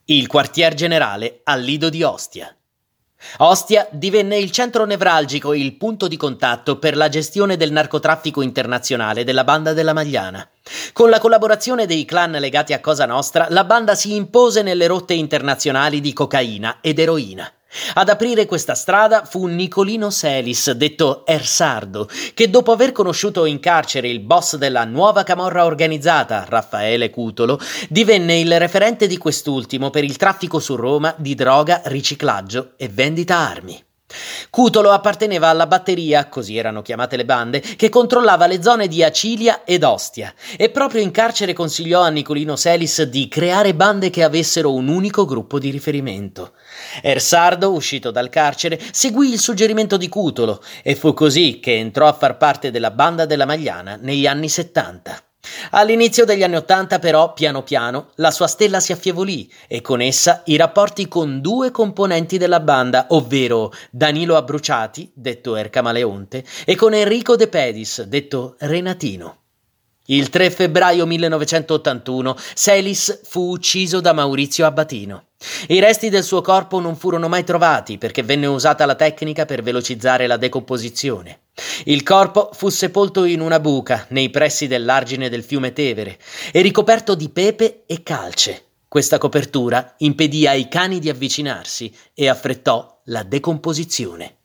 Il quartier generale al Lido di Ostia. Ostia divenne il centro nevralgico e il punto di contatto per la gestione del narcotraffico internazionale della Banda della Magliana. Con la collaborazione dei clan legati a Cosa Nostra, la banda si impose nelle rotte internazionali di cocaina ed eroina. Ad aprire questa strada fu Nicolino Selis, detto Ersardo, che dopo aver conosciuto in carcere il boss della nuova camorra organizzata, Raffaele Cutolo, divenne il referente di quest'ultimo per il traffico su Roma di droga, riciclaggio e vendita armi. Cutolo apparteneva alla batteria, così erano chiamate le bande, che controllava le zone di Acilia ed Ostia, e proprio in carcere consigliò a Nicolino Selis di creare bande che avessero un unico gruppo di riferimento. Ersardo, uscito dal carcere, seguì il suggerimento di Cutolo e fu così che entrò a far parte della Banda della Magliana negli anni 70. All'inizio degli anni 80 però, piano piano, la sua stella si affievolì e con essa i rapporti con due componenti della banda, ovvero Danilo Abbruciati, detto Ercamaleonte, e con Enrico De Pedis, detto Renatino. Il 3 febbraio 1981 Selis fu ucciso da Maurizio Abbatino. I resti del suo corpo non furono mai trovati perché venne usata la tecnica per velocizzare la decomposizione. Il corpo fu sepolto in una buca nei pressi dell'argine del fiume Tevere e ricoperto di pepe e calce. Questa copertura impedì ai cani di avvicinarsi e affrettò la decomposizione.